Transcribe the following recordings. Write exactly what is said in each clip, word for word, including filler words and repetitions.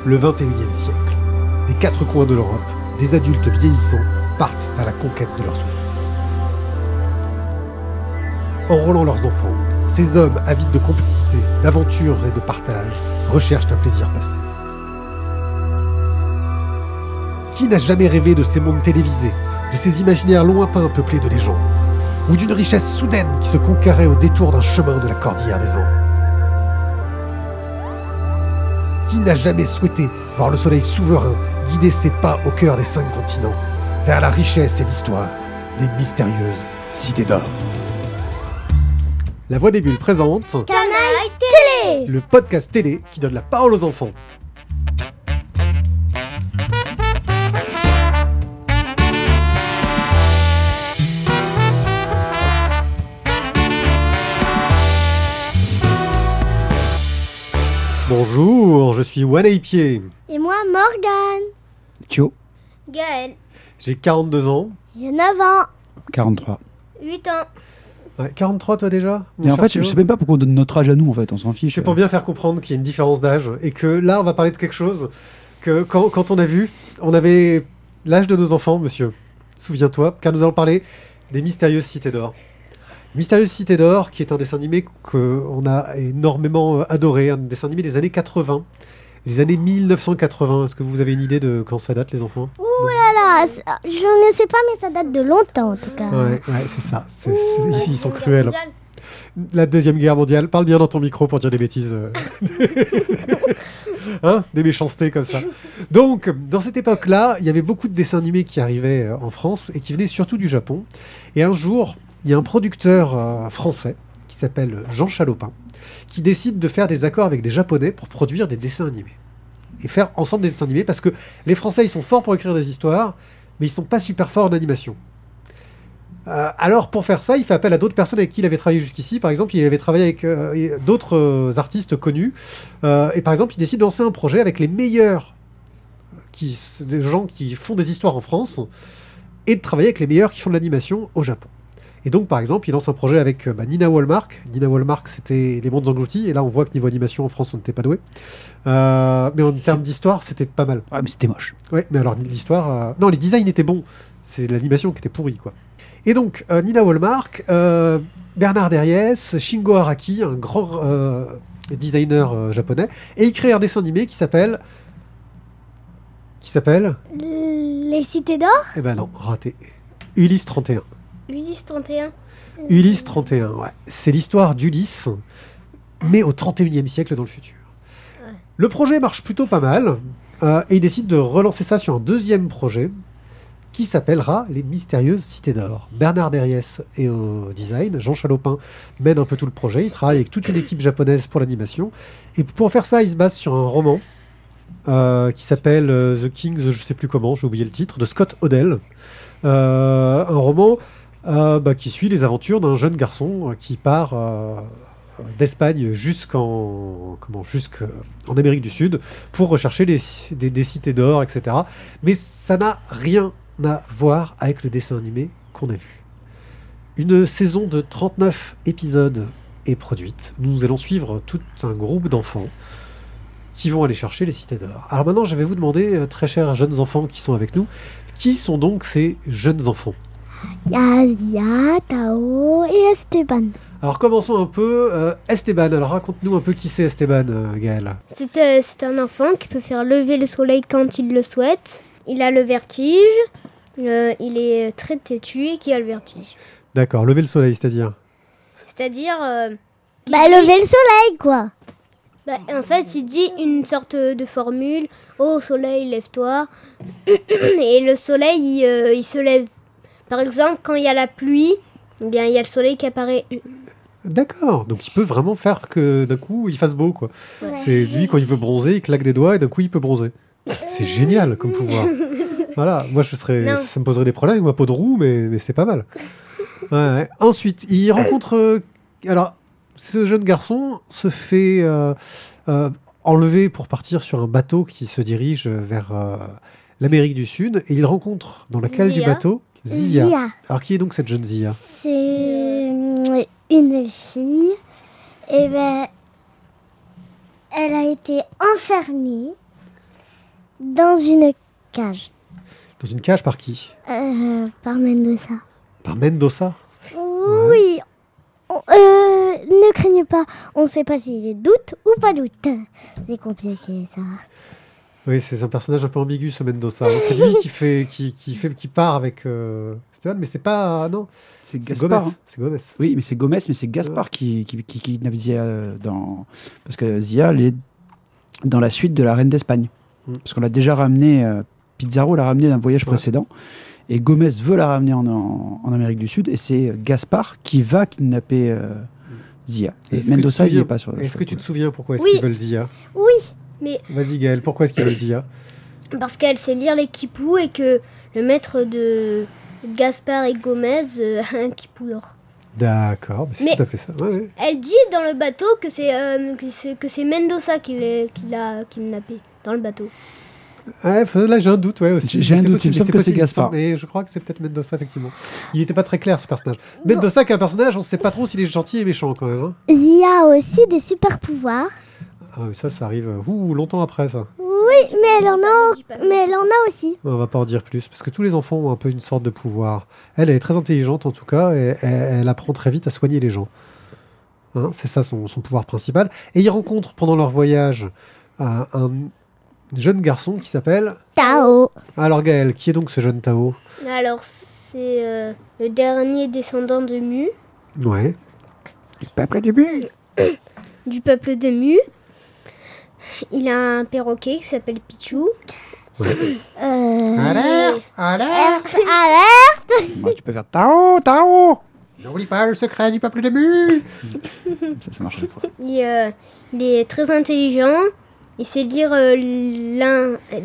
le vingt et unième siècle. Des quatre coins de l'Europe, des adultes vieillissants partent à la conquête de leurs souvenirs. Enrôlant leurs enfants, ces hommes avides de complicité, d'aventure et de partage recherchent un plaisir passé. Qui n'a jamais rêvé de ces mondes télévisés, de ces imaginaires lointains peuplés de légendes, ou d'une richesse soudaine qui se conquérait au détour d'un chemin de la cordillère des Andes? Qui n'a jamais souhaité voir le soleil souverain guider ses pas au cœur des cinq continents, vers la richesse et l'histoire des mystérieuses cités d'or? La Voix des Bulles présente Canaille Télé, le podcast télé qui donne la parole aux enfants. Bonjour, je suis Wanaipier. et moi Morgane. Thio, Gaël, J'ai quarante-deux ans. J'ai neuf ans. quarante-trois. huit ans. Ouais, quarante-trois toi déjà mon Et en cher fait, Thio je sais même pas pourquoi on donne notre âge à nous, en fait, on s'en fiche. C'est pour bien faire comprendre qu'il y a une différence d'âge et que là, on va parler de quelque chose que quand, quand on a vu, on avait l'âge de nos enfants, monsieur. Souviens-toi, car nous allons parler des Mystérieuses Cités d'Or. Mystérieuses Cités d'Or, qui est un dessin animé qu'on a énormément adoré, un dessin animé des années quatre-vingts, les années mille neuf cent quatre-vingts. Est-ce que vous avez une idée de quand ça date, les enfants? Voilà, c- je ne sais pas, mais ça date de longtemps en tout cas. Ouais, ouais, c'est ça. C'est- c'est- ils sont cruels. La Deuxième Guerre mondiale. Parle bien dans ton micro pour dire des bêtises. euh. Hein, des méchancetés comme ça. Donc, dans cette époque-là, il y avait beaucoup de dessins animés qui arrivaient euh, en France et qui venaient surtout du Japon. Et un jour, il y a un producteur euh, français qui s'appelle Jean Chalopin qui décide de faire des accords avec des Japonais pour produire des dessins animés. Et faire ensemble des dessins animés parce que les Français, ils sont forts pour écrire des histoires, mais ils sont pas super forts en animation. Euh, alors pour faire ça, il fait appel à d'autres personnes avec qui il avait travaillé jusqu'ici. Par exemple, il avait travaillé avec euh, d'autres euh, artistes connus. Euh, et par exemple, il décide de lancer un projet avec les meilleurs, qui, des gens qui font des histoires en France, et de travailler avec les meilleurs qui font de l'animation au Japon. Et donc, par exemple, il lance un projet avec euh, bah, Nina Wallmark. Nina Wallmark, c'était Les Mondes Engloutis. Et là, on voit que niveau animation, en France, on n'était pas doué. Euh, mais en C'est- termes d'histoire, c'était pas mal. Ah, mais c'était moche. Ouais, mais alors l'histoire... euh, Non, les designs étaient bons. C'est l'animation qui était pourrie, quoi. Et donc, euh, Nina Wallmark, euh, Bernard Derriès, Shingo Araki, un grand euh, designer euh, japonais, et il crée un dessin animé qui s'appelle... Qui s'appelle... Les cités d'or. Eh ben non, raté. Ulysse trente et un. Ulysse trente et un. Ulysse trente et un, ouais. C'est l'histoire d'Ulysse, mais au trente et unième siècle dans le futur. Ouais. Le projet marche plutôt pas mal, euh, et il décide de relancer ça sur un deuxième projet qui s'appellera Les Mystérieuses Cités d'Or. Bernard Derriès est au design, Jean Chalopin mène un peu tout le projet, il travaille avec toute une équipe japonaise pour l'animation, et pour faire ça, il se base sur un roman euh, qui s'appelle euh, The Kings, je sais plus comment, j'ai oublié le titre, de Scott Odell. Euh, un roman euh, bah, qui suit les aventures d'un jeune garçon euh, qui part euh, d'Espagne jusqu'en comment jusqu'en Amérique du Sud pour rechercher des, des, des cités d'or, et cetera. Mais ça n'a rien à voir avec le dessin animé qu'on a vu. Une saison de trente-neuf épisodes est produite. Nous allons suivre tout un groupe d'enfants qui vont aller chercher les cités d'or. Alors maintenant, je vais vous demander, euh, très chers jeunes enfants qui sont avec nous, qui sont donc ces jeunes enfants? Il y a Zia, Tao et Esteban. Alors commençons un peu. Euh, Esteban, alors raconte-nous un peu qui c'est Esteban, euh, Gaël. C'est euh, c'est un enfant qui peut faire lever le soleil quand il le souhaite. Il a le vertige. euh, il est très têtu et qui a le vertige. D'accord, lever le soleil, c'est-à-dire? C'est-à-dire... euh, il Bah, dit- lever le soleil quoi. bah, en fait, il dit une sorte de formule. Oh, soleil, lève-toi. Et le soleil, il, euh, il se lève. Par exemple, quand il y a la pluie, eh bien, il y a le soleil qui apparaît. D'accord, donc il peut vraiment faire que d'un coup il fasse beau, quoi. Ouais. C'est lui, quand il veut bronzer, il claque des doigts et d'un coup il peut bronzer. C'est génial comme pouvoir. Voilà, moi je serais, Non. ça me poserait des problèmes avec ma peau de roue, mais, mais c'est pas mal. Ouais, ouais. Ensuite, il rencontre... euh, alors, ce jeune garçon se fait euh, euh, enlever pour partir sur un bateau qui se dirige vers euh, l'Amérique du Sud, et il rencontre dans la cale du Zia. bateau Zia. Zia. Alors, qui est donc cette jeune Zia? C'est euh, une fille. Et ben, elle a été enfermée Dans une cage. Dans une cage par qui? Euh, par Mendoza. Par Mendoza. Oui. On- euh, ne craignez pas. On ne sait pas s'il est doute ou pas doute. C'est compliqué, ça. Oui, c'est un personnage un peu ambigu, ce Mendoza. hein. C'est lui qui fait, qui, qui fait, qui part avec euh, Stéphane, mais c'est pas, non, C'est c'est Gaspard. Gomez. hein. C'est Gomez. Oui, mais c'est Gomez, mais c'est Gaspard qui, qui, qui kidnappe Zia euh, dans... Parce que Zia, elle est dans la suite de la Reine d'Espagne. Mm. Parce qu'on l'a déjà ramené, euh, Pizarro l'a ramené d'un voyage Ouais. précédent, et Gomez veut la ramener en, en, en Amérique du Sud, et c'est Gaspard qui va kidnapper euh, Zia. Et Est-ce que Mendoza, tu te il n'est souviens- pas sur Est-ce sur que le tu te coup. souviens pourquoi est-ce Oui. qu'ils veulent Zia? Oui. Mais Vas-y Gaël, pourquoi est-ce qu'ils veulent Zia? parce qu'elle sait lire les quipous et que le maître de Gaspard et Gomez euh, a un quipou d'or. D'accord, bah, c'est Mais- tout à fait ça. Ouais, ouais. Elle dit dans le bateau que c'est euh, que c'est que c'est Mendoza qui l'a qui l'a kidnappé dans le bateau. Ouais, faut- là j'ai un doute, ouais aussi. J'ai- j'ai Mais un c'est doute, possible, il me semble mais que c'est possible, il me Gaspard. semble, Mais je crois que c'est peut-être Mendoza effectivement. Il n'était pas très clair ce personnage. Mendoza qui est un personnage, on sait pas trop s'il est gentil et méchant quand même. hein. Zia a aussi des super pouvoirs. Ah, oui, ça, ça arrive euh, ouh, longtemps après ça. Oui, mais elle en a, mais elle en a aussi. On va pas en dire plus, parce que tous les enfants ont un peu une sorte de pouvoir. Elle, elle est très intelligente en tout cas, et elle, elle apprend très vite à soigner les gens. Hein, c'est ça son, son pouvoir principal. Et ils rencontrent pendant leur voyage euh, un jeune garçon qui s'appelle... Tao. Alors Gaël, qui est donc ce jeune Tao? Alors c'est euh, le dernier descendant de Mu, Ouais. Pas près du but. du peuple de Mu. Il a un perroquet qui s'appelle Pichou. ouais. Euh, Alerte! Alerte! Alerte. Bon, tu peux faire Tao, Tao. N'oublie pas le secret du peuple de Mu! Ça, ça marche à chaque fois. Il, euh, il est très intelligent. Il sait lire euh, l'un- euh,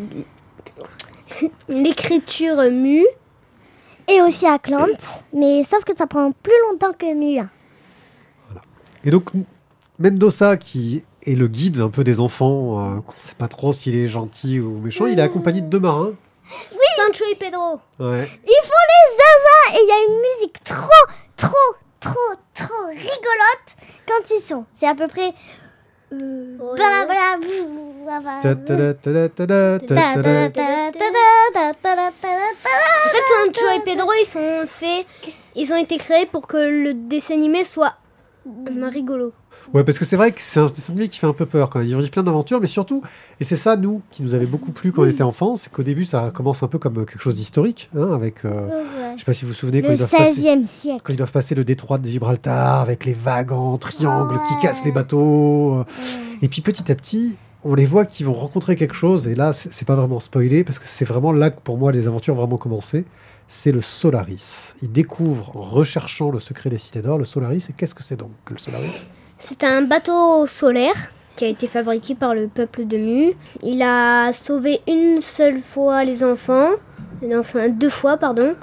l'écriture Mu. Et aussi Atlante. Mais sauf que ça prend plus longtemps que Mu. hein. Et donc, Mendoza, qui est le guide un peu des enfants, euh, qu'on sait pas trop s'il est gentil ou méchant, il est accompagné de deux marins. Sancho et Pedro. Ouais. Ils font les zazas et il y a une musique trop, trop, trop, trop rigolote quand ils sont. C'est à peu près... euh, Ouais. bla, bla, bla, bla, Ta- ta- ta- ta- ta- ta- ta- ta- ta- ta- ta- ta- ta- ta- ta- ta- En fait, Sancho et Pedro, ils sont faits, ils ont été créés pour que le dessin animé soit euh, rigolo. Ouais, parce que c'est vrai que c'est un dessin animé qui fait un peu peur quand même. Il vit plein d'aventures, mais surtout, et c'est ça, nous, qui nous avait beaucoup plu quand on était enfants, c'est qu'au début, ça commence un peu comme quelque chose d'historique, hein, avec, euh, Ouais. je sais pas si vous vous souvenez, quand Le ils, doivent passer, seizième siècle. quand ils doivent passer le détroit de Gibraltar, avec les vagues en triangle qui Ouais. cassent les bateaux. euh, Et puis petit à petit, on les voit qui vont rencontrer quelque chose, et là, c'est c'est pas vraiment spoilé, parce que c'est vraiment là que pour moi les aventures ont vraiment commencé. C'est le Solaris. Ils découvrent, en recherchant le secret des cités d'or, le Solaris. Et qu'est-ce que c'est donc que le Solaris? C'est un bateau solaire qui a été fabriqué par le peuple de Mu. Il a sauvé une seule fois les enfants, enfin deux fois, pardon,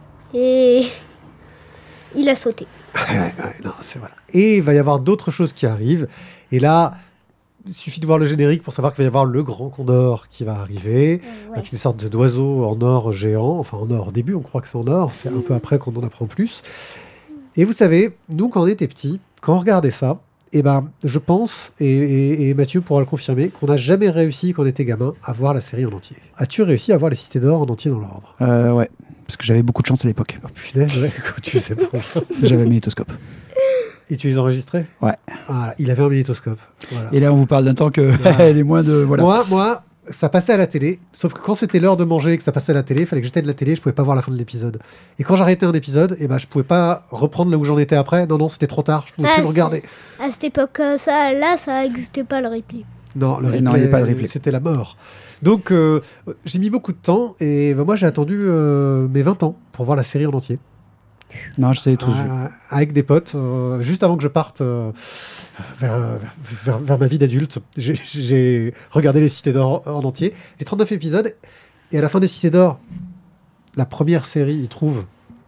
et il a sauté. Ouais, ouais, non, c'est voilà. Et il va y avoir d'autres choses qui arrivent. Et là, il suffit de voir le générique pour savoir qu'il va y avoir le grand condor qui va arriver, Ouais. avec une sorte d'oiseau en or géant. Enfin, en or au début, on croit que c'est en or. C'est un peu après qu'on en apprend plus. Et vous savez, nous, quand on était petits, quand on regardait ça, eh ben, je pense, et, et- et Mathieu pourra le confirmer, qu'on n'a jamais réussi, quand on était gamin, à voir la série en entier. As-tu réussi à voir les cités d'or en entier dans l'ordre? Euh, ouais, parce que j'avais beaucoup de chance à l'époque. Oh punaise, ouais, comment tu sais pas. J'avais un magnétoscope. Et tu les enregistrais? Ouais. Voilà, il avait un magnétoscope. Voilà. Et là, on vous parle d'un temps que Ouais. elle est moins de... Voilà. Moi, moi, ça passait à la télé, sauf que quand c'était l'heure de manger et que ça passait à la télé, il fallait que j'éteigne la télé, je pouvais pas voir la fin de l'épisode. Et quand j'arrêtais un épisode, eh ben, je pouvais pas reprendre là où j'en étais après. Non, non, c'était trop tard, je pouvais Ah, plus le c'est- regarder. À cette époque, euh, ça, là, ça n'existait pas le replay. Non, le Et replay, non, il y a pas de replay. c'était la mort. Donc, euh, j'ai mis beaucoup de temps et ben, moi, j'ai attendu euh, mes vingt ans pour voir la série en entier. Non, je savais tous. Euh, avec des potes, euh, juste avant que je parte euh, vers, vers, vers ma vie d'adulte. J'ai- J'ai regardé les Cités d'Or en entier, les trente-neuf épisodes, et à la fin des Cités d'Or, la première série, ils trouvent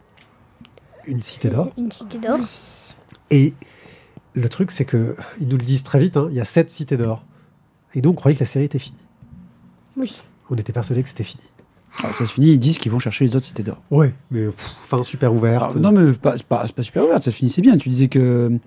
une Cité d'Or, Une cité d'or. et le truc, c'est que ils nous le disent très vite, hein, il y a sept Cités d'Or, et nous, on croyait que la série était finie. Oui. On était persuadés que c'était fini. Alors, ça se finit, ils disent qu'ils vont chercher les autres cités d'or. Ouais, mais pff, fin super ouverte. Alors, non, mais c'est pas, c'est pas, c'est pas super ouvert, ça se finissait bien. Tu disais que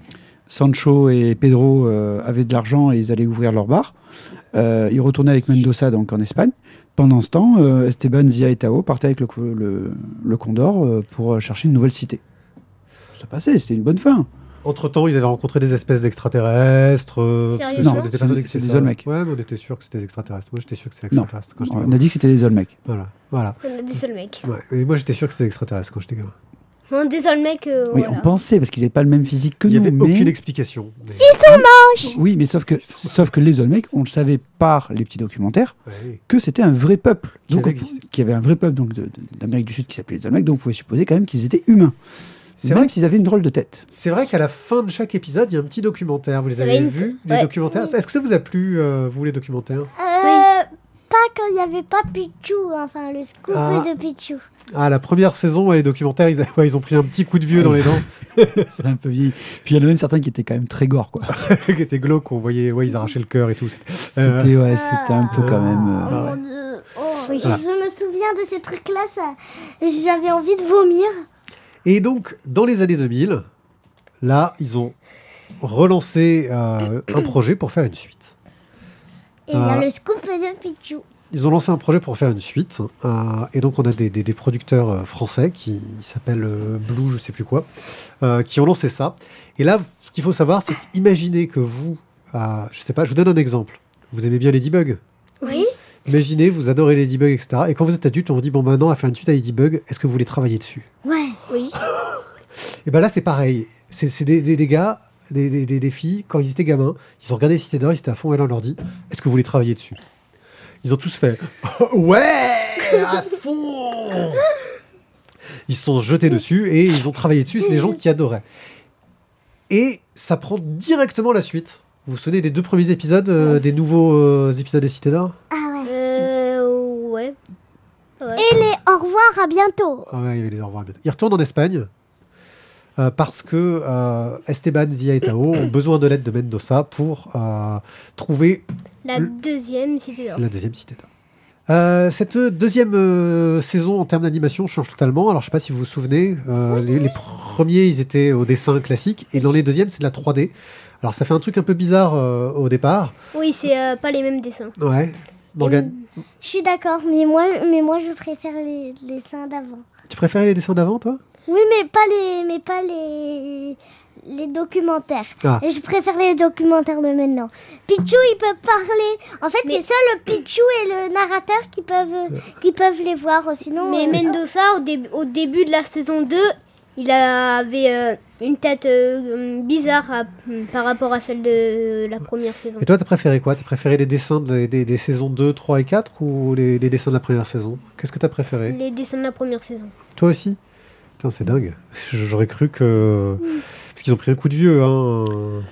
Sancho et Pedro euh, avaient de l'argent et ils allaient ouvrir leur bar. Euh, ils retournaient avec Mendoza donc en Espagne. Pendant ce temps, euh, Esteban, Zia et Tao partaient avec le, le, le Condor euh, pour chercher une nouvelle cité. Ça passait, c'était une bonne fin. Entre-temps, ils avaient rencontré des espèces d'extraterrestres. euh, parce que Sérieux on Non, était c'est- persuadés que c'est c'était des ça. Olmecs. Ouais, mais on était sûr que c'était des extraterrestres. Moi, j'étais sûr que c'était Non, extraterrestre quand j'étais on gamin. a dit que c'était des Olmecs. Voilà, voilà. On a des seuls mecs. Ouais. Et moi, j'étais sûr que c'était extraterrestre quand j'étais gamin. On des seuls mecs. euh, Oui, voilà. on pensait, parce qu'ils n'avaient pas le même physique que Il n'y nous. avait mais... aucune explication. Mais- Oui, mais sauf que, sauf que les Olmecs, on le savait par les petits documentaires, Ouais. que c'était un vrai peuple. Qui Donc, avait on- existé. qui avait un vrai peuple donc, de- de- d'Amérique du Sud qui s'appelait les Olmecs, donc on pouvait supposer quand même qu'ils étaient humains. C'est Même vrai s'ils avaient une drôle de tête. C'est vrai qu'à la fin de chaque épisode, il y a un petit documentaire. Vous les Ça avez va une- vus, les ouais. documentaires Est-ce que ça vous a plu, euh, vous, les documentaires Euh, Pas quand il n'y avait pas Pichou, enfin le scoop Ah. de Pichou. Ah, la première saison, ouais, les documentaires, ils, a- ouais, ils ont pris un petit coup de vieux Ouais, dans les ils- dents, C'est un peu vieilli. Puis il y en a même certains qui étaient quand même très gore, quoi. qui étaient glauques. On voyait, ouais, ils arrachaient le cœur et tout. Euh, C'était, ouais, c'était un peu quand même. Oh euh, Ah ouais. mon Dieu. Oh, Oui. Je me souviens de ces trucs-là, ça... j'avais envie de vomir. Et donc, dans les années deux mille, là, ils ont relancé euh, un projet pour faire une suite. Et il y a Ah. le scoop de Pichou. Ils ont lancé un projet pour faire une suite. euh, et donc, on a des, des- des producteurs euh, français qui s'appellent euh, Blue, je sais plus quoi, euh, qui ont lancé ça. Et là, ce qu'il faut savoir, c'est qu'imaginez que vous, euh, je sais pas, je vous donne un exemple. Vous aimez bien Ladybug ? Oui. Imaginez, vous adorez Ladybug, et cetera. Et quand vous êtes adulte, on vous dit, bon, maintenant, à faire une suite à Ladybug, est-ce que vous voulez travailler dessus ? Ouais. Oui. Et ben là, c'est pareil. C'est c'est des, des, des gars, des, des, des, des filles, quand ils étaient gamins, ils ont regardé Cité d'Or, ils étaient à fond, et là, on leur dit, est-ce que vous voulez travailler dessus ? Ils ont tous fait, ouais, à fond. Ils se sont jetés dessus et ils ont travaillé dessus. C'est des gens qui adoraient. Et ça prend directement la suite. Vous vous souvenez des deux premiers épisodes, euh, des nouveaux euh, épisodes des Cités d'Or ? Ah ouais. Euh, ouais. Ouais. Et les au revoir, à bientôt. Ah ouais, il y avait les au revoir. Ils retournent en Espagne euh, parce que euh, Esteban, Zia et Tao ont besoin de l'aide de Mendoza pour euh, trouver La Le- deuxième cité d'or. la deuxième Cité d'Or. Euh, cette deuxième euh, saison en termes d'animation change totalement. Alors je sais pas si vous vous souvenez, euh, les, les premiers ils étaient au dessin classique et dans les deuxièmes c'est de la trois D. Alors ça fait un truc un peu bizarre euh, au départ. Oui, c'est euh, pas les mêmes dessins. Ouais. Morgane, Je suis d'accord, mais moi, mais moi je préfère les, les dessins d'avant. tu préférais les dessins d'avant toi ? Oui, mais pas les, mais pas les, les documentaires. Ah. Et je préfère les documentaires de maintenant. Pichou, il peut parler. En fait, Mais- c'est seul le Pichou et le narrateur qui peuvent, qui peuvent les voir. Sinon, Mais euh, Mendoza, au, dé- au début de la saison deux, il avait euh, une tête euh, bizarre à- par rapport à celle de la première saison. Et toi t'as préféré quoi ? T'as préféré les dessins des, des, des saisons deux, trois et quatre ou les, les dessins de la première saison ? Qu'est-ce que t'as préféré ? Les dessins de la première saison. Toi aussi ? Putain, c'est dingue. J'aurais cru que... Parce qu'ils ont pris un coup de vieux, hein.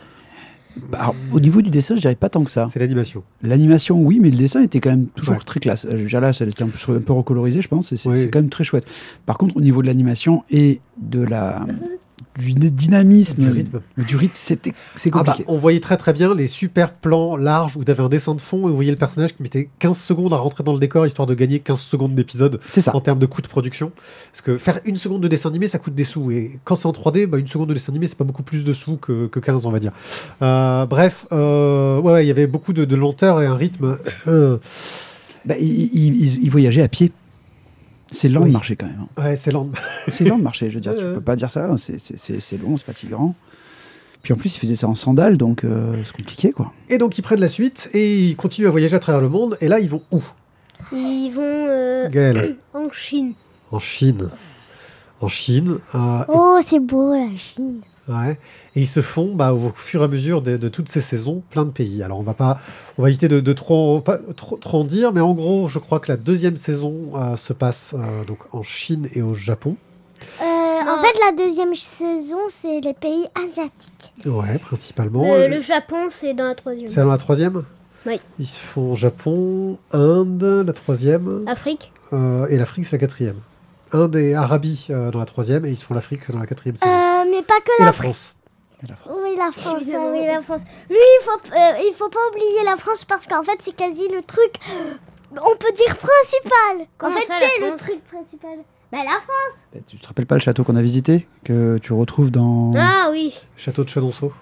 bah, alors, au niveau du dessin, je dirais pas tant que ça. C'est l'animation. L'animation, oui, mais le dessin était quand même toujours Ouais. très classe. Euh, je veux dire, là, ça était un peu, un peu recolorisé, je pense, et c'est Oui. c'est quand même très chouette. Par contre, au niveau de l'animation et de la, du dynamisme, Du rythme. du rythme, c'était c'est Ah bah, compliqué. on voyait très très bien les super plans larges où t'avais un dessin de fond et vous voyez le personnage qui mettait quinze secondes à rentrer dans le décor histoire de gagner quinze secondes d'épisode C'est ça. en termes de coût de production. Parce que faire une seconde de dessin animé, ça coûte des sous. Et quand c'est en trois D, bah, une seconde de dessin animé, c'est pas beaucoup plus de sous que, que quinze, on va dire. Euh, bref, euh, ouais, ouais, il y avait beaucoup de, de lenteur et un rythme. euh, Bah, ils, ils- ils- ils voyageaient à pied. C'est lent Oui. de marcher quand même. hein. ouais, c'est lent. C'est lent de marcher, je veux dire, tu Ouais. peux pas dire ça. hein. C'est- C'est c'est- c'est long, c'est fatigant. Puis en plus, ils faisaient ça en sandales, donc euh, c'est compliqué, quoi. Et donc ils prennent la suite et ils continuent à voyager à travers le monde. Et là, ils vont où, Ils vont euh, Gaël ? en Chine. En Chine. En Chine. euh, oh, c'est beau la Chine. Ouais. Et ils se font, bah, au fur et à mesure de, de toutes ces saisons, plein de pays. Alors on va pas, on va éviter de, de trop, pas, trop, trop en dire, mais en gros, je crois que la deuxième saison euh, se passe euh, donc en Chine et au Japon. Euh, en Non. fait, la deuxième saison, c'est les pays asiatiques. Ouais, principalement. Le, Euh, le Japon, c'est dans la troisième. C'est dans la troisième. Oui. Ils se font Japon, Inde, la troisième, Afrique. euh, et l'Afrique c'est la quatrième. Inde et Arabie euh, dans la troisième, et ils se font l'Afrique dans la quatrième saison. Euh, mais pas que et la la France. Et la France. Oui, la France, Évidemment. ah oui, la France. Lui, il faut, euh, il faut pas oublier la France parce qu'en fait, c'est quasi le truc, on peut dire principal. Comment en fait, ça, la c'est le France truc principal. Bah, la France. Bah, tu te rappelles pas le château qu'on a visité, que tu retrouves dans Ah oui. Château de Chenonceau.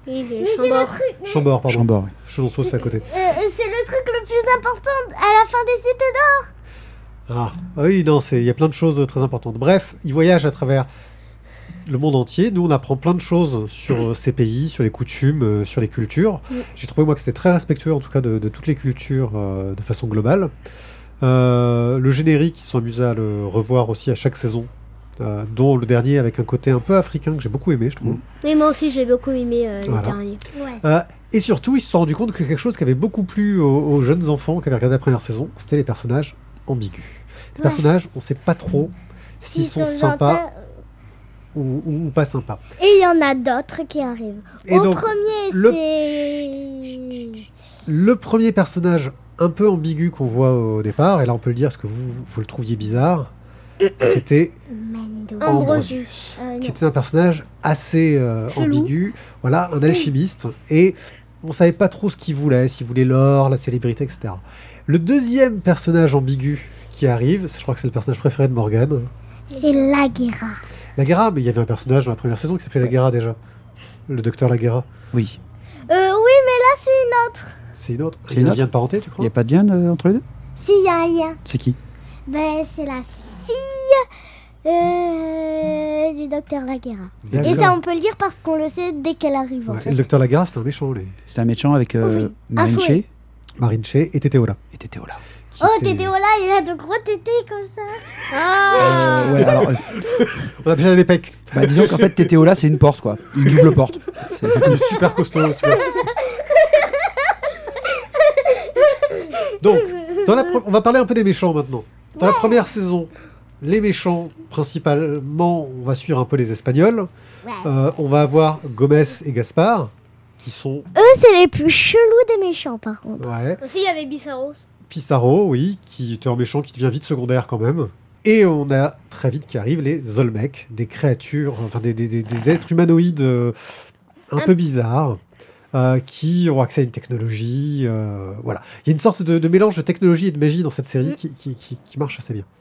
Oui, c'est Mais c'est le Chambord. truc. mais- Chambord, pardon. Chambord, oui. Chenonceau, c'est à côté. euh, c'est le truc le plus important à la fin des cités d'or. Ah, oui, non, c'est- il y a plein de choses très importantes. Bref, il voyage à travers le monde entier. Nous, on apprend plein de choses sur euh, ces pays, sur les coutumes, euh, sur les cultures. Mm. J'ai trouvé, moi, que c'était très respectueux, en tout cas, de, de toutes les cultures euh, de façon globale. Euh, le générique, ils se sont amusés à le revoir aussi à chaque saison, euh, dont le dernier avec un côté un peu africain que j'ai beaucoup aimé, je trouve. Mm. Oui, moi aussi, j'ai beaucoup aimé euh, Voilà. le dernier. Ouais. Euh, et surtout, ils se sont rendus compte que quelque chose qui avait beaucoup plu aux, aux jeunes enfants qui avaient regardé la première saison, c'était les personnages ambigus. Les Ouais. personnages, on sait pas trop s'ils Ils sont, sont sympas gentils. ou, ou- ou pas sympas. Et il y en a d'autres qui arrivent. Et Au donc, premier, le- c'est... Le premier personnage un peu ambigu qu'on voit au départ, et là on peut le dire parce que vous, vous le trouviez bizarre, c'était Mendoza. Ambrosius. Euh, non. qui était un personnage assez euh, Chelou. ambigu, voilà, un alchimiste, et on savait pas trop ce qu'il voulait, s'il voulait l'or, la célébrité, et cetera. Le deuxième personnage ambigu qui arrive, je crois que c'est le personnage préféré de Morgane, C'est Laguerra. Laguerra, mais il y avait un personnage dans la première saison qui s'appelait Laguerra déjà, le docteur Laguerra. Oui. Euh, oui, mais là, c'est une autre. C'est une autre. C'est Il y a une un autre lien de parenté, tu Il crois n'y a pas de lien euh, entre les deux? Si, y a rien. C'est qui? Ben, c'est la fille euh, du docteur Laguerra. Et D'accord. ça, on peut le dire parce qu'on le sait dès qu'elle arrive. en Ouais, fait. et le docteur Laguerra, c'était un méchant, les C'est un méchant avec euh, Oui. Marine Affreux. Shea Marine Shea et Tétéola. et Tétéola. qui Oh, étaient- Tété, voilà, il a de gros tétés comme ça. Ah Euh, ouais, alors, euh, On a bien des pecs. bah, disons qu'en fait, Tétéola, c'est une porte, quoi. Une double porte. C'est- c'est tout. Super costaud. super- Donc, dans la pre- on va parler un peu des méchants maintenant. Dans la première saison, les méchants, principalement, on va suivre un peu les Espagnols. Ouais. Euh, on va avoir Gomez et Gaspard, qui sont... Eux, c'est les plus chelous des méchants, par contre. Ouais. Aussi, il y avait Bissaros. Pissarro, oui, qui était un méchant qui devient vite secondaire quand même. Et on a très vite qui arrivent les Olmecs, des créatures, enfin des, des- des- des êtres humanoïdes euh, un peu bizarres, euh, qui ont accès à une technologie. euh, voilà. Il y a une sorte de, de mélange de technologie et de magie dans cette série qui, qui- qui- qui marche assez bien.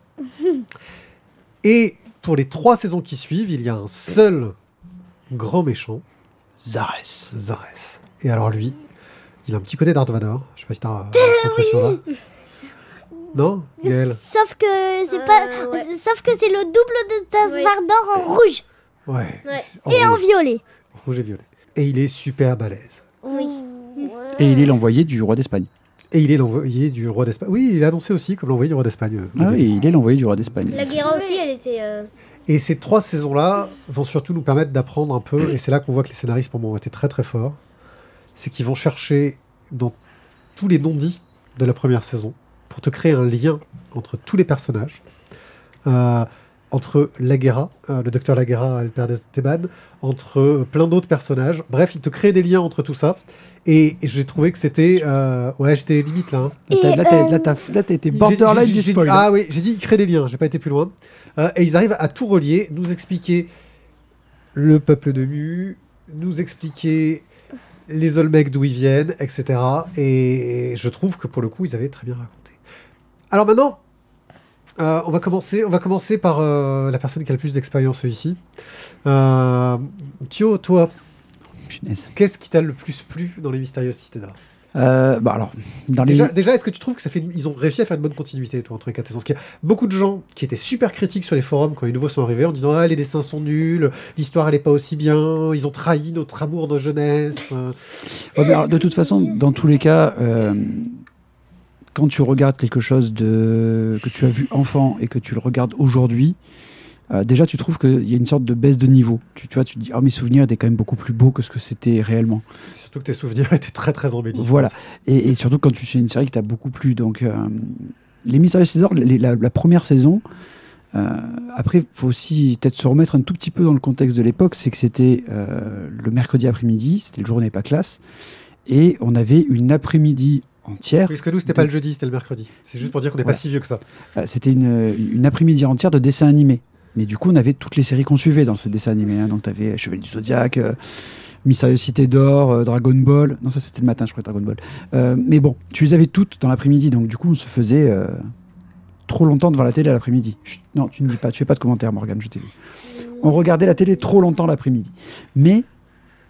Et pour les trois saisons qui suivent, il y a un seul grand méchant, Zarès. Zarès. Et alors lui, il a un petit côté Darth Vader. Je sais pas si t'as cette impression-là. Non, Gaël? Sauf que c'est Euh, pas. ouais. Sauf que c'est le double de Darth Oui. Vader en rouge Ouais. Ouais. En et en rouge. violet. Rouge et violet. Et il est super balèze. Oui. Et il est l'envoyé du roi d'Espagne. Et il est l'envoyé du roi d'Espagne. Oui, il est annoncé aussi comme l'envoyé du roi d'Espagne. euh, au Ah début. oui, il est l'envoyé du roi d'Espagne. La guerre aussi, elle était. euh, Et ces trois saisons-là vont surtout nous permettre d'apprendre un peu, et c'est là qu'on voit que les scénaristes pour moi ont été très très forts, c'est qu'ils vont chercher dans tous les non-dits de la première saison pour te créer un lien entre tous les personnages, euh, entre Laguerra, euh, le docteur Laguerra, le père d'Esteban, entre euh, plein d'autres personnages. Bref, ils te créent des liens entre tout ça. Et, et j'ai trouvé que c'était... euh, ouais, j'étais limite là. hein. Là, t'as- Et, là, t'as- euh, là, t'as là, t'as été J'ai- borderline j'ai- du j'ai- spoil. Ah oui, j'ai dit ils créent des liens, j'ai pas été plus loin. Euh, et ils arrivent à tout relier, nous expliquer le peuple de Mu, nous expliquer les Olmecs d'où ils viennent, et cetera. Et je trouve que pour le coup, ils avaient très bien raconté. Alors maintenant, euh, on, va commencer, on va commencer par euh, la personne qui a le plus d'expérience ici. Euh, Thio, toi, Punaise. qu'est-ce qui t'a le plus plu dans les Mystérieuses Cités d'Or? Euh, bah alors, dans les... Déjà, déjà est-ce que tu trouves que ça fait une- ils ont réussi à faire une bonne continuité, toi, entre les quatre saisons? Parce qu'il y a beaucoup de gens qui étaient super critiques sur les forums quand les nouveaux sont arrivés en disant ah, les dessins sont nuls, l'histoire elle est pas aussi bien, ils ont trahi notre amour de jeunesse. euh. Ouais, mais alors, de toute façon, dans tous les cas, euh, quand tu regardes quelque chose de... que tu as vu enfant et que tu le regardes aujourd'hui, euh, déjà tu trouves qu'il y a une sorte de baisse de niveau. Tu, tu vois, tu te dis, oh, mes souvenirs étaient quand même beaucoup plus beaux que ce que c'était réellement. Surtout que tes souvenirs étaient très très embellis. je Voilà. pense. Et, et surtout quand tu fais une série qui t'a beaucoup plu. Donc, euh, les Mystérieux César, les- la, la première saison, euh, après, il faut aussi peut-être se remettre un tout petit peu dans le contexte de l'époque, c'est que c'était euh, le mercredi après-midi, c'était le jour où on n'avait pas classe, et on avait une après-midi entière. Parce que nous, c'était pas le jeudi, c'était le mercredi. C'est juste pour dire qu'on n'est Voilà. pas si vieux que ça. Euh, C'était une, une après-midi entière de dessins animés. Mais du coup, on avait toutes les séries qu'on suivait dans ces dessins animés. hein. Donc, tu avais Chevalier du Zodiac, euh, Mystérieuse Cité d'Or, euh, Dragon Ball. Non, ça, c'était le matin, je crois, Dragon Ball. Euh, mais bon, tu les avais toutes dans l'après-midi. Donc, du coup, on se faisait euh, trop longtemps devant la télé à l'après-midi. Chut, non, tu ne dis pas, tu fais pas de commentaires, Morgane, je t'ai vu. On regardait la télé trop longtemps l'après-midi. Mais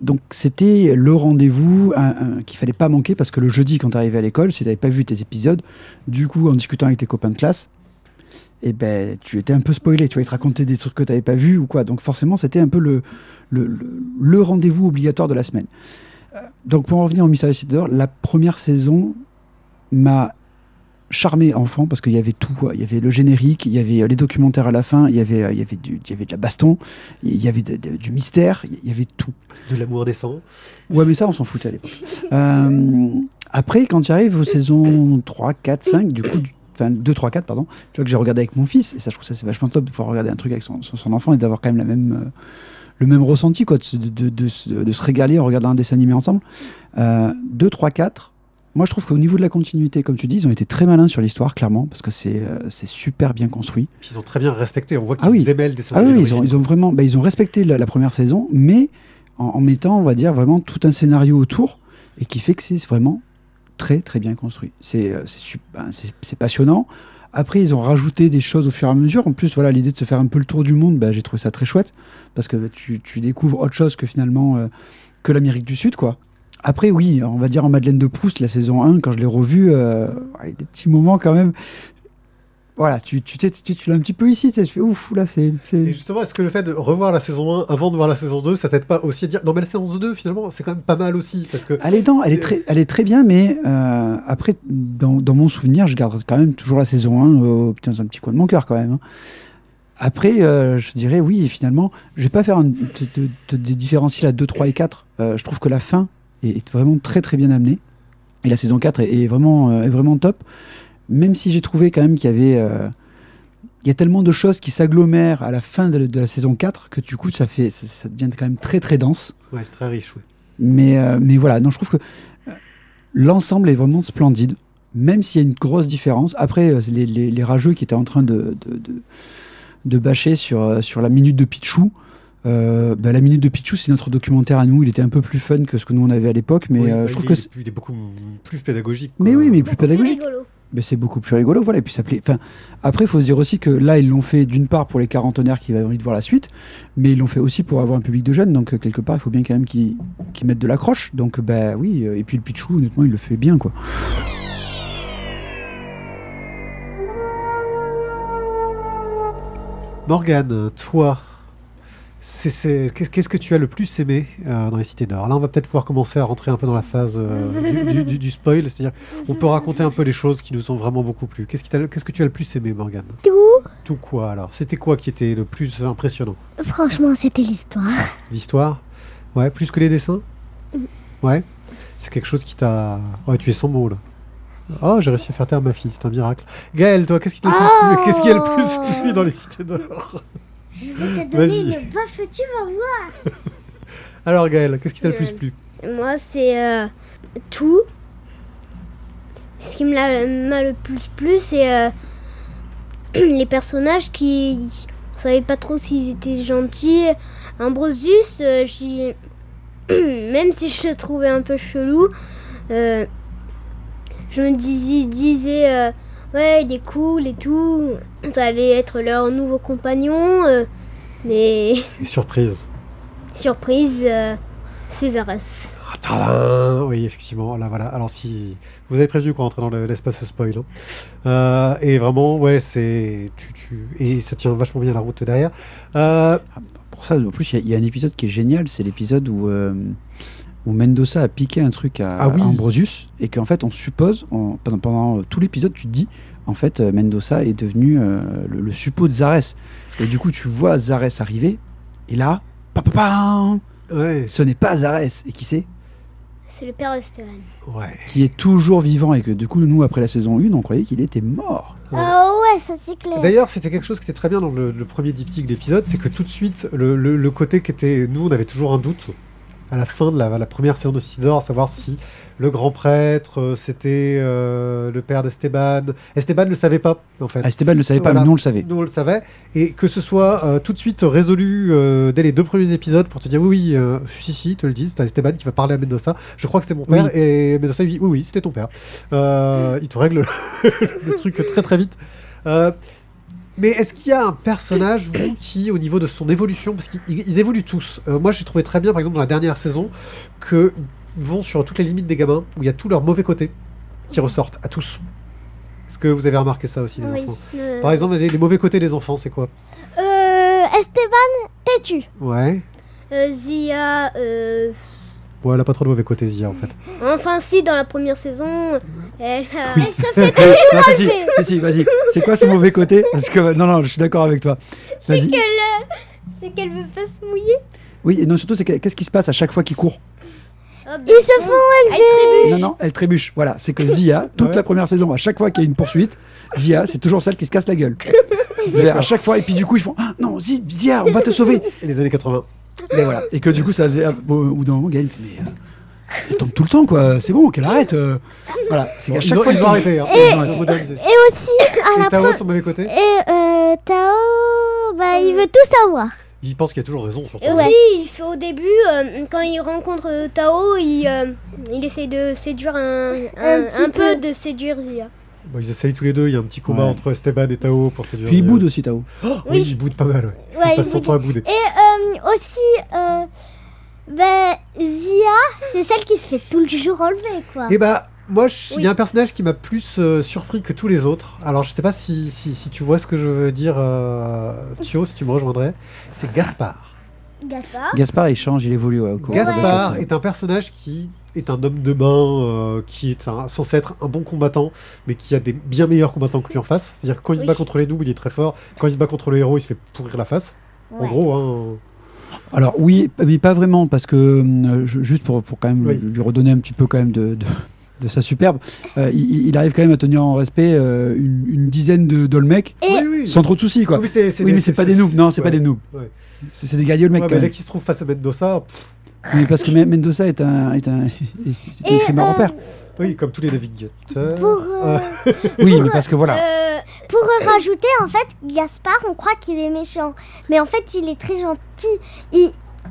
donc c'était le rendez-vous un, un, qu'il fallait pas manquer parce que le jeudi quand tu arrivais à l'école, si tu n'avais pas vu tes épisodes, du coup en discutant avec tes copains de classe, et ben tu étais un peu spoilé, tu vois, ils te racontaient des trucs que tu n'avais pas vus ou quoi. Donc forcément c'était un peu le, le, le, le rendez-vous obligatoire de la semaine. Euh, donc pour en revenir au Mysterious Cité d'Or, la première saison m'a charmé enfant parce qu'il y avait tout, il y avait le générique, il y avait les documentaires à la fin, il y avait, il y avait, du, il y avait de la baston, il y avait de, de, du mystère, il y avait tout. De l'amour décent. Ouais, mais ça, on s'en foutait à l'époque. euh, après, quand tu arrives aux saisons trois, quatre, cinq, du coup, enfin deux, trois, quatre, pardon, tu vois que j'ai regardé avec mon fils, et ça, je trouve ça c'est vachement top de pouvoir regarder un truc avec son, son, son enfant et d'avoir quand même la même, euh, le même ressenti, quoi, de, de, de, de, de se régaler en regardant un dessin animé ensemble. Euh, deux, trois, quatre, moi, je trouve qu'au niveau de la continuité, comme tu dis, ils ont été très malins sur l'histoire, clairement, parce que c'est, euh, c'est super bien construit. Puis ils ont très bien respecté. On voit qu'ils ah oui. aimaient le dessin. Ah oui, ils ont, ils ont vraiment, bah, ils ont respecté la, la première saison, mais en, en mettant, on va dire, vraiment tout un scénario autour, et qui fait que c'est vraiment très, très bien construit. C'est, euh, c'est, super, c'est, c'est passionnant. Après, ils ont rajouté des choses au fur et à mesure. En plus, voilà, l'idée de se faire un peu le tour du monde, bah, j'ai trouvé ça très chouette, parce que bah, tu, tu découvres autre chose que finalement euh, que l'Amérique du Sud, quoi. Après, oui, on va dire en Madeleine de Proust, la saison un, quand je l'ai revue, euh, avec des petits moments quand même. Voilà, tu, tu, tu, tu, tu l'as un petit peu ici, tu sais, je fais ouf, là, c'est, c'est... Et justement, est-ce que le fait de revoir la saison un avant de voir la saison deux, ça t'aide pas aussi à dire non, mais la saison deux, finalement, c'est quand même pas mal aussi parce que... Elle est, dans, elle est, très, elle est très bien, mais euh, après, dans, dans mon souvenir, je garde quand même toujours la saison un euh, putain, dans un petit coin de mon cœur quand même. Hein. Après, euh, je dirais oui, finalement, je vais pas faire un, te, te, te différencier la deux, trois et quatre. Euh, je trouve que la fin est vraiment très très bien amenée. Et la saison quatre est, est, vraiment, euh, est vraiment top. Même si j'ai trouvé quand même qu'il y avait... Euh, il y a tellement de choses qui s'agglomèrent à la fin de, de la saison quatre que du coup, ça, fait, ça, ça devient quand même très très dense. Ouais, c'est très riche, oui. Mais, euh, mais voilà, non, je trouve que euh, l'ensemble est vraiment splendide. Même s'il y a une grosse différence. Après, les, les, les rageux qui étaient en train de, de, de, de bâcher sur, sur la minute de Pichou, Euh, bah, la minute de Pichou, c'est notre documentaire à nous. Il était un peu plus fun que ce que nous on avait à l'époque, mais oui, euh, bah, je trouve il que est, c'est... il est beaucoup plus pédagogique. Quoi. Mais oui, mais plus Beaucoup pédagogique. Plus rigolo. Mais c'est beaucoup plus rigolo, voilà. Et puis ça plaît. Enfin, après, il faut se dire aussi que là, ils l'ont fait d'une part pour les quarantenaires qui avaient envie de voir la suite, mais ils l'ont fait aussi pour avoir un public de jeunes. Donc euh, quelque part, il faut bien quand même qu'ils, qu'ils mettent de l'accroche. Donc bah oui. Euh, et puis le Pichou, honnêtement, il le fait bien, quoi. Morgane, toi, c'est, c'est, qu'est-ce que tu as le plus aimé euh, dans les Cités d'Or ? Là, on va peut-être pouvoir commencer à rentrer un peu dans la phase euh, du, du, du spoil, c'est-à-dire on peut raconter un peu les choses qui nous ont vraiment beaucoup plu. Qu'est-ce, qui t'a, qu'est-ce que tu as le plus aimé, Morgane ? Tout. Tout quoi, alors ? C'était quoi qui était le plus impressionnant ? Franchement, c'était l'histoire. L'histoire ? Ouais, plus que les dessins ? Ouais. C'est quelque chose qui t'a... Ouais, tu es sans mots, là. Oh, j'ai réussi à faire taire ma fille, c'est un miracle. Gaëlle, toi, qu'est-ce qui t'a le plus Oh plu ? Qu'est-ce qui a le plus plu dans les Cités d'Or ? Je vais te Vas-y. donner une baffe, tu vas voir. Alors Gaëlle, qu'est-ce qui t'a le plus Euh, plu ? Moi, c'est euh, tout. Ce qui me l'a, m'a le plus plu, c'est euh, les personnages qui... On savait pas trop s'ils étaient gentils. Ambrosius, euh, j'y- même si je le trouvais un peu chelou, euh, je me disais, disais, euh, ouais, il est cool et tout. Ça allait être leur nouveau compagnon. euh, mais Et surprise. surprise, euh, Césarès. Ah, tadam ! Oui, effectivement. Là, voilà. Alors, si vous avez prévenu qu'on rentrait dans le- l'espace spoil, hein. Euh, et vraiment, ouais, c'est tu, tu... et ça tient vachement bien la route derrière. Euh, Pour ça, en plus, il y, y a un épisode qui est génial. C'est l'épisode où, euh, où Mendoza a piqué un truc à, Ah oui. à Ambrosius et qu'en fait, on suppose, on- pendant, pendant euh, tout l'épisode, tu te dis, en fait, euh, Mendoza est devenu euh, le, le suppôt de Zarès. Et du coup, tu vois Zarès arriver, et là, pa, pa, pa, ouais, ce n'est pas Zarès. Et qui c'est ? C'est le père d'Esteban. ouais. Qui est toujours vivant et que du coup, nous, après la saison un, on croyait qu'il était mort. Ouais. Oh ouais, ça c'est clair. D'ailleurs, c'était quelque chose qui était très bien dans le, le premier diptyque d'épisode, c'est que tout de suite, le, le, le côté qui était... Nous, on avait toujours un doute à la fin de la, la première saison de Cités d'Or, à savoir si le grand prêtre, euh, c'était euh, le père d'Esteban. Esteban ne le savait pas, en fait. Ah, Esteban ne le savait pas, Voilà. mais nous, on le savait. Nous, on le savait. Et que ce soit euh, tout de suite résolu euh, dès les deux premiers épisodes pour te dire oui, oui, euh, si, si, te le dis, c'est Esteban qui va parler à Mendoza. Je crois que c'était mon père. Oui. Et Mendoza lui dit oui, oui, c'était ton père. Euh, il te règle le truc très, très vite. Euh, Mais est-ce qu'il y a un personnage, vous, qui, au niveau de son évolution, parce qu'ils ils évoluent tous. Euh, moi, j'ai trouvé très bien, par exemple, dans la dernière saison, qu'ils vont sur toutes les limites des gamins, où il y a tous leurs mauvais côtés qui ressortent, à tous. Est-ce que vous avez remarqué ça aussi, les Oui. enfants Euh, Par exemple, les, les mauvais côtés des enfants, c'est quoi Euh, Esteban, têtu. Ouais. euh, Zia, euh, Ouais, elle a pas trop de mauvais côtés, Zia, en fait. enfin si, dans la première saison, elle a... Oui. Elle se fait non, si, si, enlever. si, si, vas-y. C'est quoi ce mauvais côté? Parce que non, non, je suis d'accord avec toi. Vas-y. qu'elle, euh, c'est qu'elle veut pas se mouiller. Oui, et non, surtout, c'est que- qu'est-ce qui se passe à chaque fois qu'il court? Ah, bah, Ils se font elle trébuche. Non, non, elle trébuche. Voilà, c'est que Zia, toute Ouais. la première saison, à chaque fois qu'il y a une poursuite, Zia, c'est toujours celle qui se casse la gueule. Je veux dire, à chaque fois, et puis du coup, ils font ah, non, Zi- Zia, on va te sauver. Et les années quatre-vingts. Et voilà. Et que du coup, ça faisait. Au bout d'un moment, Gaël fait mais. euh, elle tombe tout le temps, quoi. C'est bon, qu'elle arrête. euh. Voilà, c'est qu'à Ils chaque ont, fois. ils ont arrêté, hein. Et- Ils ont modernisé. Et aussi, à Et la Tao, pro- son mauvais côté Et euh, Tao, bah, il veut tout savoir. Il pense qu'il a toujours raison, surtout. Et Ouais. aussi, il fait au début, euh, quand il rencontre euh, Tao, il, euh, il essaie de séduire un, un, petit un peu peu. de séduire Zia. Bon, ils essayent tous les deux, il y a un petit combat Ouais. entre Esteban et Tao pour séduire. Puis il Zia. boude aussi, Tao. Oui, Oui. il boude pas mal, ouais. Ouais, il il passe son boude. temps à bouder. Et euh, aussi, euh, ben, Zia, c'est celle qui se fait toujours enlever, quoi. Et bah, moi, je- il Oui. y a un personnage qui m'a plus euh, surpris que tous les autres. Alors, je sais pas si, si, si tu vois ce que je veux dire, euh, Thio, si tu me rejoindrais. C'est Gaspard. Gaspard. Gaspard, il change, il évolue. Ouais, au cours de la Gaspard saison. est un personnage qui est un homme de main, euh, qui est un- censé être un bon combattant, mais qui a des bien meilleurs combattants que lui en face. C'est-à-dire que quand il se Oui. bat contre les noobs, il est très fort. Quand il se bat contre le héros, il se fait pourrir la face. En Ouais. gros, hein. Alors oui, mais pas vraiment, parce que euh, je- juste pour, pour quand même Oui. lui redonner un petit peu quand même de, de, de sa superbe, euh, il, il arrive quand même à tenir en respect euh, une, une dizaine de d'Olmecs Et- Oui, oui. sans trop de soucis, quoi. Oui, mais c'est, c'est Oui, des- mais c'est pas des noobs, non, c'est ouais. pas des noobs. Ouais. C'est c'est des guerriers le mec Ouais, quand mais même. dès qu'il se trouve face à Mendoza, pff, Oui, parce que Men- Mendoza est un, est un, est un Et, escrimeur en euh, père. oui, comme tous les navigateurs. Pour, euh, Oui, mais parce que voilà. Euh, pour rajouter, en fait, Gaspard, on croit qu'il est méchant. Mais en fait, il est très gentil. Il,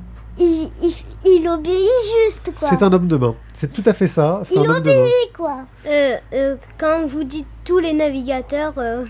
il, il, il obéit juste, quoi. C'est un homme de main. C'est tout à fait ça. C'est Il un homme de main. obéit, quoi. euh, euh, quand vous dites tous les navigateurs, euh,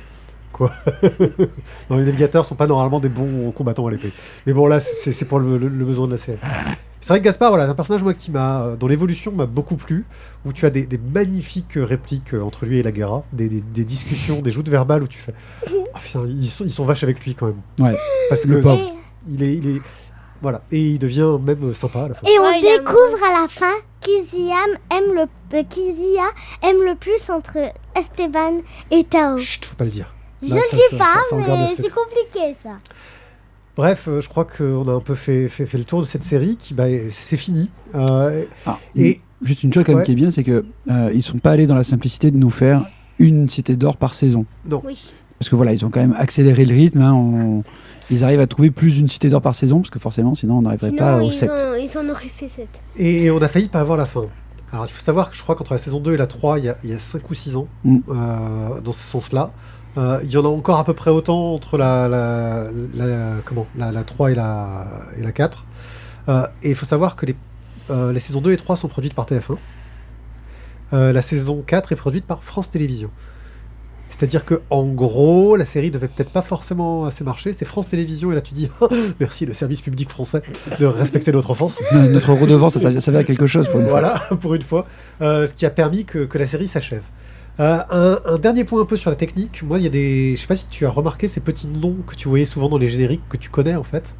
Non, les navigateurs sont pas normalement des bons combattants à l'épée. Mais bon, là, c'est, c'est pour le, le- le besoin de la série. C'est vrai que Gaspard, voilà, c'est un personnage moi, qui m'a, euh, dont l'évolution m'a beaucoup plu, où tu as des, des magnifiques répliques euh, entre lui et la Guerra, des, des- des discussions, des joutes verbales où tu fais ah, putain, ils, sont, ils sont vaches avec lui quand même. Ouais. Parce Le que pauvre. il est, il est. Voilà. Et il devient même sympa à la fin. Et on Ouais, il est découvre à la fin qui Zia aime le, euh, qui Zia aime le plus entre Esteban et Tao. Chut, faut pas le dire. Je Là, le ça- dis ça- pas, ça- ça en garde le mais secret. c'est compliqué, ça. Bref, euh, je crois qu'on a un peu fait, fait, fait le tour de cette série, qui bah, c'est fini. Euh, Ah, et juste une chose quand même Ouais. qui est bien, c'est que euh, ils sont pas allés dans la simplicité de nous faire une cité d'or par saison. oui. Parce que voilà, ils ont quand même accéléré le rythme. hein, on- Ils arrivent à trouver plus d'une cité d'or par saison, parce que forcément, sinon on n'arriverait pas Sinon, aux ils, sept. en, ils en auraient fait sept. Et on a failli pas avoir la fin. Alors il faut savoir que je crois qu'entre la saison deux et la trois, il y a, il y a cinq ou six ans, Mm. euh, dans ce sens-là. Euh, il y en a encore à peu près autant entre la, la, la- comment, la, la trois et la, et la quatre. Euh, et il faut savoir que les, euh, les saisons deux et trois sont produites par T F un. Euh, la saison quatre est produite par France Télévisions. C'est-à-dire que en gros, la série devait peut-être pas forcément assez marcher. C'est France Télévisions et là tu dis oh, merci le service public français de respecter notre enfance. Notre redevance, ça, ça servait à quelque chose. Pour une fois. Voilà, pour une fois. Euh, ce qui a permis que, que la série s'achève. Euh, un, un dernier point un peu sur la technique. Moi, il y a des... Je sais pas si tu as remarqué ces petits noms que tu voyais souvent dans les génériques, que tu connais en fait.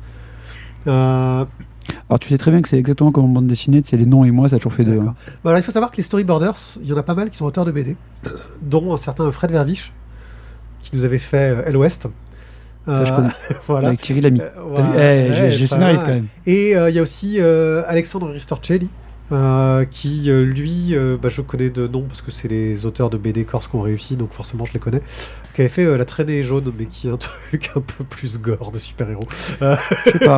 Euh, Alors tu sais très bien que c'est exactement comme en bande dessinée, c'est les noms et moi, ça a toujours fait deux. D'accord. hein. Voilà, il faut savoir que les storyboarders, il y en a pas mal qui sont auteurs de B D, dont un certain Fred Verviche, qui nous avait fait euh, L West. Ça, je connais. Voilà. Avec Thierry Lamy. Euh, T'as vu voilà. Eh, j'ai- Ouais, j'ai le pas scénariste mal. quand même. Et euh, il y a aussi euh, Alexandre Ristorcelli, euh, qui euh, lui, euh, bah, je connais de nom parce que c'est les auteurs de B D corse qui ont réussi, donc forcément je les connais, qui avait fait euh, La Traînée jaune, mais qui est un truc un peu plus gore de super-héros. Euh, Je sais pas.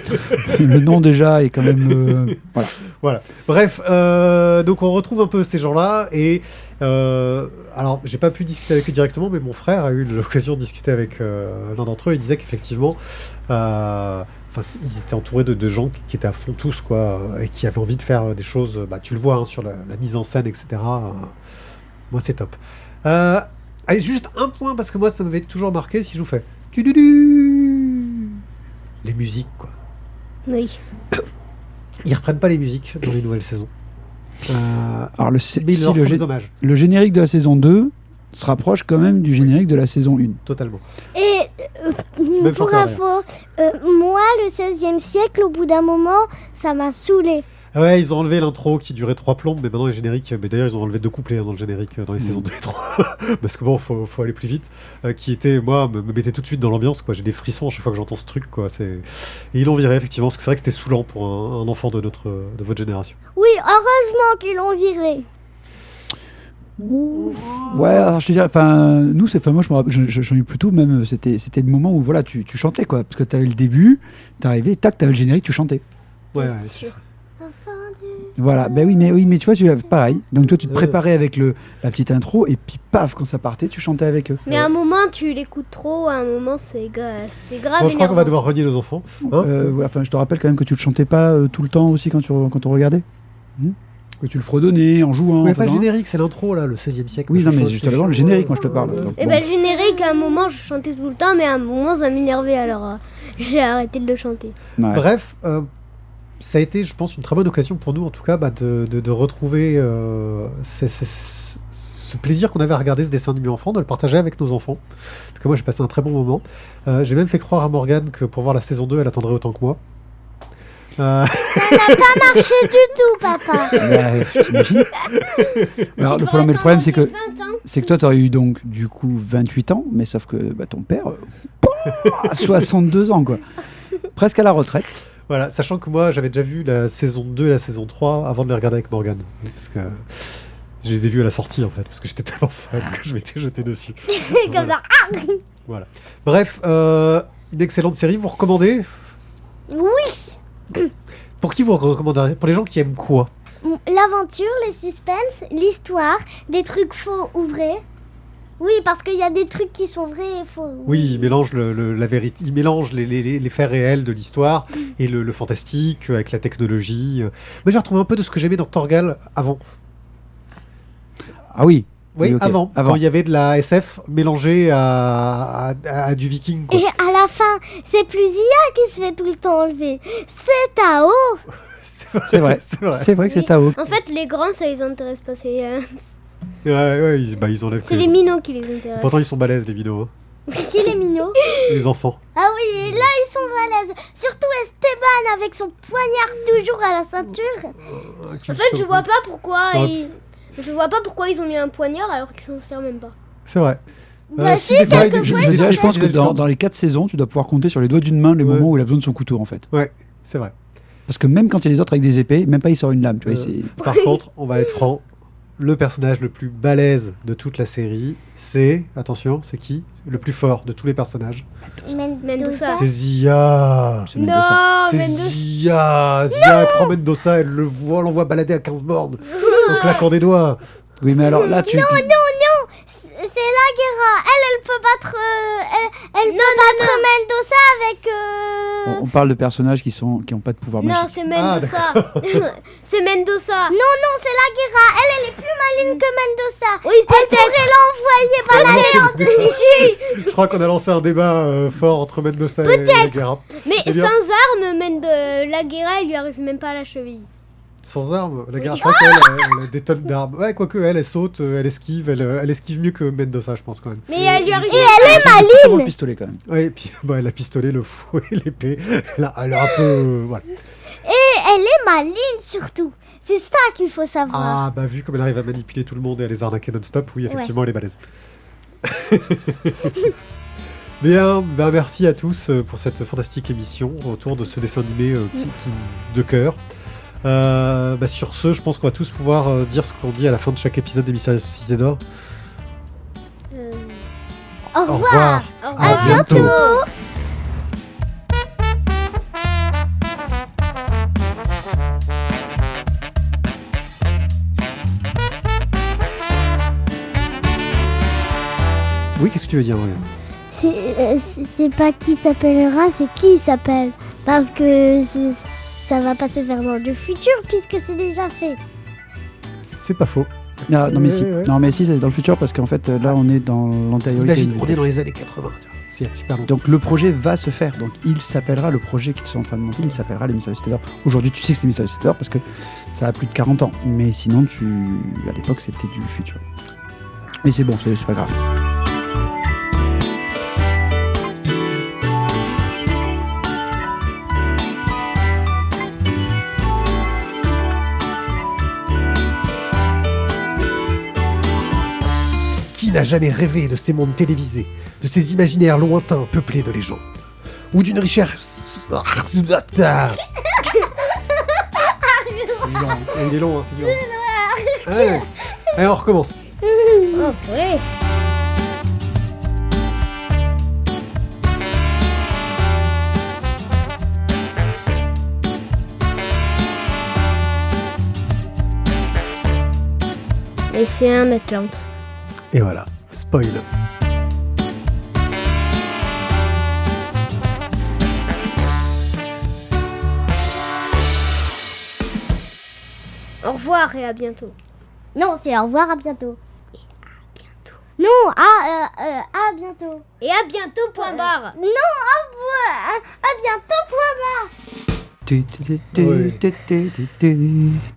Le nom déjà est quand même. euh, Voilà. voilà. Bref, euh, donc on retrouve un peu ces gens-là, et euh, alors j'ai pas pu discuter avec eux directement, mais mon frère a eu l'occasion de discuter avec euh, l'un d'entre eux. Il disait qu'effectivement, euh, enfin, c- ils étaient entourés de, de gens qui, qui étaient à fond tous, quoi, euh, et qui avaient envie de faire euh, des choses. Bah, tu le vois hein, sur la, la mise en scène, et cetera. Euh, moi, c'est top. Euh, Allez, juste un point, parce que moi, ça m'avait toujours marqué si je vous fais... Tu-du-du. Les musiques, quoi. Oui. Ils reprennent pas les musiques dans les nouvelles saisons. Euh, Alors, le, c- mais ils si leur le, font gé- des hommages, le générique de la saison deux se rapproche quand même du générique de la saison un. totalement. Et euh, même pour chanteur, info, euh, moi, le seizième siècle, au bout d'un moment, ça m'a saoulé. Ah ouais, ils ont enlevé l'intro qui durait trois plombes, mais maintenant les génériques... Mais d'ailleurs, ils ont enlevé deux couplets hein, dans le générique, euh, dans les Mmh. saisons deux et trois. Parce que bon, faut, faut aller plus vite. Euh, qui était, moi, me, me mettait tout de suite dans l'ambiance, quoi. J'ai des frissons à chaque fois que j'entends ce truc, quoi. C'est... Et ils l'ont viré, effectivement, parce que c'est vrai que c'était saoulant pour un, un enfant de, notre, de votre génération. Oui, heureusement qu'ils l'ont viré. Ouais, alors je te dis, enfin, nous, c'est, enfin, moi, je me rappelle, je- je- j'en ai eu plutôt même, c'était, c'était le moment où, voilà, tu, tu chantais, quoi. Parce que t'avais le début, t'arrivais, tac, t'avais le générique, tu chantais. Ouais, c'est ouais. sûr. Voilà, ben oui, mais oui, mais tu vois, tu l'avais pareil. Donc toi, tu te Ouais. préparais avec le, la petite intro, et puis paf, quand ça partait, tu chantais avec eux. Mais à un moment, tu l'écoutes trop, à un moment, c'est, gra- c'est grave Bon, je crois qu'on va énervant. devoir renier nos enfants. Hein Euh, ouais, enfin, je te rappelle quand même que tu le chantais pas euh, tout le temps aussi quand tu re- quand on regardait. Hmm que tu le fredonnais en jouant. mais en pas le faisant- générique, c'est l'intro, là, le seizième siècle. Oui, non, machin mais chose, justement, c'est le chaud. générique, moi, je te parle. Ouais. Donc, Et bon. ben le générique, à un moment, je chantais tout le temps, mais à un moment, ça m'énervait, alors euh, j'ai arrêté de le chanter. Ouais. Bref, euh, ça a été, je pense, une très bonne occasion pour nous, en tout cas, bah, de, de, de retrouver euh, ces- ces- ces- ce plaisir qu'on avait à regarder ce dessin animé enfant, de le partager avec nos enfants. En tout cas, moi, j'ai passé un très bon moment. Euh, j'ai même fait croire à Morgane que pour voir la saison deux, elle attendrait autant que moi. Euh, Marché du tout, papa. Ouais, t'imagines Alors, le problème, le problème, c'est que vingt ans. c'est que toi, t'aurais eu donc du coup vingt-huit ans, mais sauf que bah, ton père, euh, pouah, soixante-deux ans, quoi. Presque à la retraite. voilà, sachant que moi, j'avais déjà vu la saison deux et la saison trois avant de les regarder avec Morgane. Parce que je les ai vus à la sortie, en fait, parce que j'étais tellement fan que je m'étais jeté dessus. Comme ça. Voilà. Bref, euh, une excellente série, vous recommandez? Oui. Pour qui vous recommanderiez? Pour les gens qui aiment quoi? L'aventure, les suspens, l'histoire, des trucs faux ou vrais. Oui, parce qu'il y a des trucs qui sont vrais et faux. Oui, il mélange le, le- la vérité, il mélange les, les- les faits réels de l'histoire et le, le fantastique euh, avec la technologie. Moi, j'ai retrouvé un peu de ce que j'aimais dans Torgal avant. Ah oui. Oui, Oui, ok. avant, Avant. quand il y avait de la S F mélangée à, à- à du viking. Quoi. Et à la fin, c'est plus I A qui se fait tout le temps enlever. C'est Tao. C'est vrai. c'est vrai. C'est vrai que c'est Tao. En fait, les grands, ça les intéresse pas. C'est, euh, Ouais, ouais, ils, bah, ils enlèvent. c'est que les les- minots qui les intéressent. Pourtant, ils sont balèzes, les minots. hein. Qui les minots? Les enfants. Ah oui, et là ils sont balèzes. Surtout Esteban avec son poignard toujours à la ceinture. En fait, je vois pas pourquoi Ouais. ils... Je vois pas pourquoi ils ont mis un poignard alors qu'ils s'en servent même pas. C'est vrai. Bah si, des fois, quelquefois, il- Je, Ouais, je ils dirais, ont je pense que fait- dans, dans les quatre saisons, tu dois pouvoir compter sur les doigts d'une main les Ouais. moments où il a besoin de son couteau, en fait. Ouais, c'est vrai. Parce que même quand il y a les autres avec des épées, même pas il sort une lame. Tu vois, Euh, c'est- Par contre, on va être franc. Le personnage le plus balèze de toute la série, c'est, attention, c'est qui? Le plus fort de tous les personnages. Mendoza. C'est Zia. c'est Mendoza. Non, C'est Mendoza. Zia. Zia, elle prend Mendoza, elle le voit, l'envoie balader à quinze bornes. Au claquant des doigts. Oui, mais alors là, tu. Non, non, non. C'est la Guerra. Elle, elle peut battre. euh, elle elle peut battre Mendoza avec. euh, On, on parle de personnages qui sont qui ont pas de pouvoir Non, magique. c'est Mendoza. c'est Mendoza. Non, non, c'est la Guerra. Elle, elle est plus maline que Mendoza. Oui, Elle pourrait l'envoyer balader en tissu. Je crois qu'on a lancé un débat euh, fort entre Mendoza et la Guerra. Mais Eh bien. sans armes, Mendo... la guerre, elle lui arrive même pas à la cheville. Sans armes, la Guerra, Oui. je crois qu'elle elle a des tonnes d'armes. Ouais, quoique elle, elle saute, euh, elle esquive, elle, euh, elle esquive mieux que Mendoza, je pense quand même. Mais elle lui arrive. Pour le pistolet quand même. Ouais, et puis bah, elle a pistolet, le fouet, l'épée. Elle a, elle a un peu. euh, voilà. Et elle est maline surtout. C'est ça qu'il faut savoir. Ah, bah vu comme elle arrive à manipuler tout le monde et à les arnaquer non-stop, oui, effectivement, elle est balèze. Bien, bah, merci à tous euh, pour cette fantastique émission autour de ce dessin animé euh, qui- qui- de cœur. Euh, bah, sur ce, je pense qu'on va tous pouvoir euh, dire ce qu'on dit à la fin de chaque épisode des Mystérieuses Sociétés d'Or. Euh, Au Au revoir. revoir. au À revoir. bientôt. Oui, qu'est-ce que tu veux dire, Morgane? C'est euh, c'est- c'est pas qui s'appellera, c'est qui s'appelle. Parce que c'est- ça va pas se faire dans le futur puisque c'est déjà fait. C'est pas faux. Ah, non, mais si. Ouais, ouais. Non, mais si, c'est dans le futur parce qu'en fait, là, on est dans l'antériorité. Imagine, du on est texte. dans les années quatre-vingts. tu vois. C'est il y a super longtemps. Donc le projet va se faire. Donc il s'appellera, le projet qu'ils sont en train de monter, il s'appellera les Mystérieux Cités d'Or. Aujourd'hui, tu sais que c'est les Mystérieux Cités d'Or parce que ça a plus de quarante ans. Mais sinon, tu, à l'époque, c'était du futur. Mais c'est bon, c'est c'est pas grave. Qui n'a jamais rêvé de ces mondes télévisés, de ces imaginaires lointains peuplés de légendes, ou d'une richesse... Il est long, hein. Il est long, hein, c'est dur. Allez, allez, on recommence. Oh, purée. Et c'est un Atlante. Et voilà, spoil. Au revoir et à bientôt. Non, c'est au revoir, à bientôt. Bientôt. Non, à, euh, euh, à bientôt. Et à bientôt, point barre. Non, à, à bientôt, point barre. Tu, tu, tu, tu, Ouais. tu, tu, tu, tu.